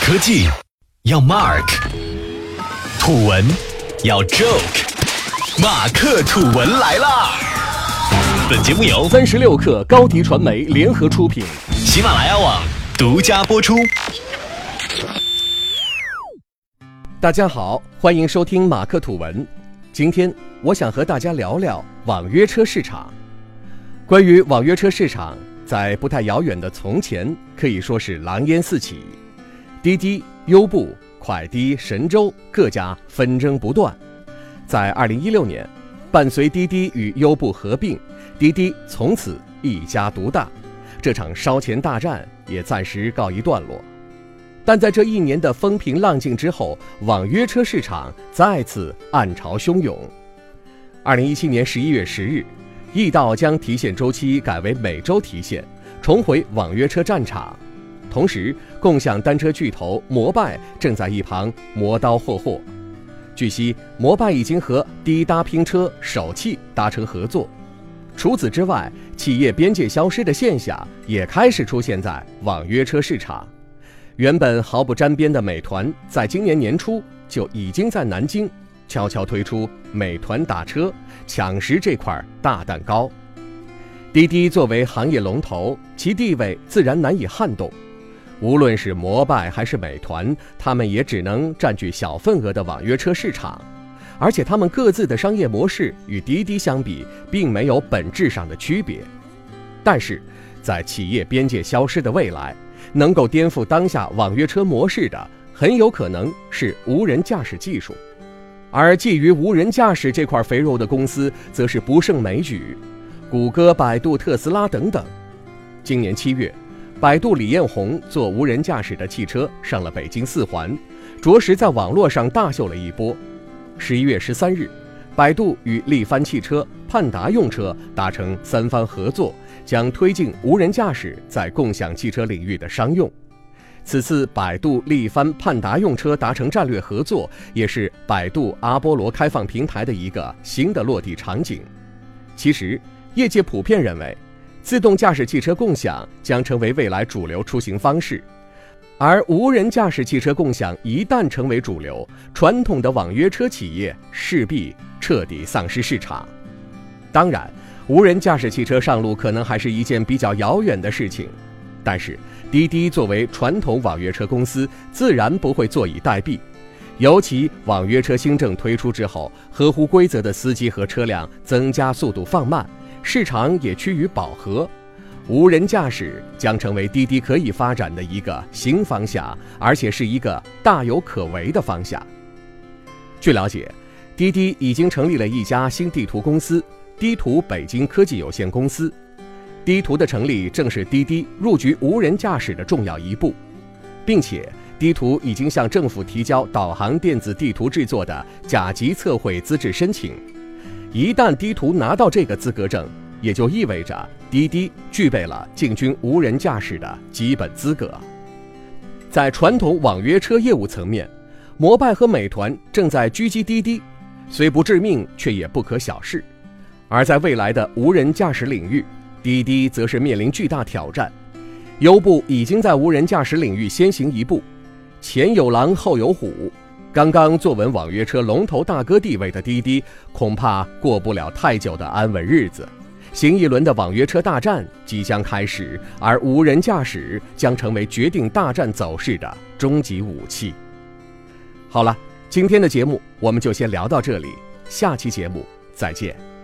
科技要 Mark， 土文要 Joke， 马克土文来啦！本节目由 36克高迪传媒联合出品， 喜马拉雅网独家播出。 大家好，欢迎收听马克土文。今天我想和大家聊聊网约车市场。关于网约车市场，在不太遥远的从前可以说是狼烟四起，滴滴、优步、快滴、神州各家纷争不断。在2016年，伴随滴滴与优步合并，滴滴从此一家独大，这场烧钱大战也暂时告一段落。但在这一年的风平浪静之后，网约车市场再次暗潮汹涌。2017年11月10日，易到将提现周期改为每周提现，重回网约车战场。同时，共享单车巨头摩拜正在一旁磨刀霍霍。据悉，摩拜已经和滴答拼车、首汽达成合作。除此之外，企业边界消失的现象也开始出现在网约车市场。原本毫不沾边的美团，在今年年初就已经在南京悄悄推出美团打车，抢食这块大蛋糕。滴滴作为行业龙头，其地位自然难以撼动。无论是摩拜还是美团，他们也只能占据小份额的网约车市场，而且他们各自的商业模式与滴滴相比，并没有本质上的区别。但是，在企业边界消失的未来，能够颠覆当下网约车模式的，很有可能是无人驾驶技术。而觊觎无人驾驶这块肥肉的公司，则是不胜枚举，谷歌、百度、特斯拉等等。今年7月，百度李彦宏坐无人驾驶的汽车上了北京4环，着实在网络上大秀了一波。11月13日，百度与力帆汽车、盼达用车达成3方合作，将推进无人驾驶在共享汽车领域的商用。此次百度、力帆、盼达用车达成战略合作，也是百度阿波罗开放平台的一个新的落地场景。其实，业界普遍认为，自动驾驶汽车共享将成为未来主流出行方式，而无人驾驶汽车共享一旦成为主流，传统的网约车企业势必彻底丧失市场。当然，无人驾驶汽车上路可能还是一件比较遥远的事情，但是滴滴作为传统网约车公司，自然不会坐以待毙。尤其网约车新政推出之后，合乎规则的司机和车辆增加速度放慢，市场也趋于饱和，无人驾驶将成为滴滴可以发展的一个新方向，而且是一个大有可为的方向。据了解，滴滴已经成立了一家新地图公司，滴图北京科技有限公司。滴图的成立正是滴滴入局无人驾驶的重要一步，并且滴图已经向政府提交导航电子地图制作的甲级测绘资质申请。一旦滴图拿到这个资格证，也就意味着滴滴具备了进军无人驾驶的基本资格。在传统网约车业务层面，摩拜和美团正在狙击滴滴，虽不致命，却也不可小视。而在未来的无人驾驶领域，滴滴则是面临巨大挑战。优步已经在无人驾驶领域先行一步，前有狼后有虎，刚刚坐稳网约车龙头大哥地位的滴滴，恐怕过不了太久的安稳日子。新一轮的网约车大战即将开始，而无人驾驶将成为决定大战走势的终极武器。好了，今天的节目我们就先聊到这里，下期节目再见。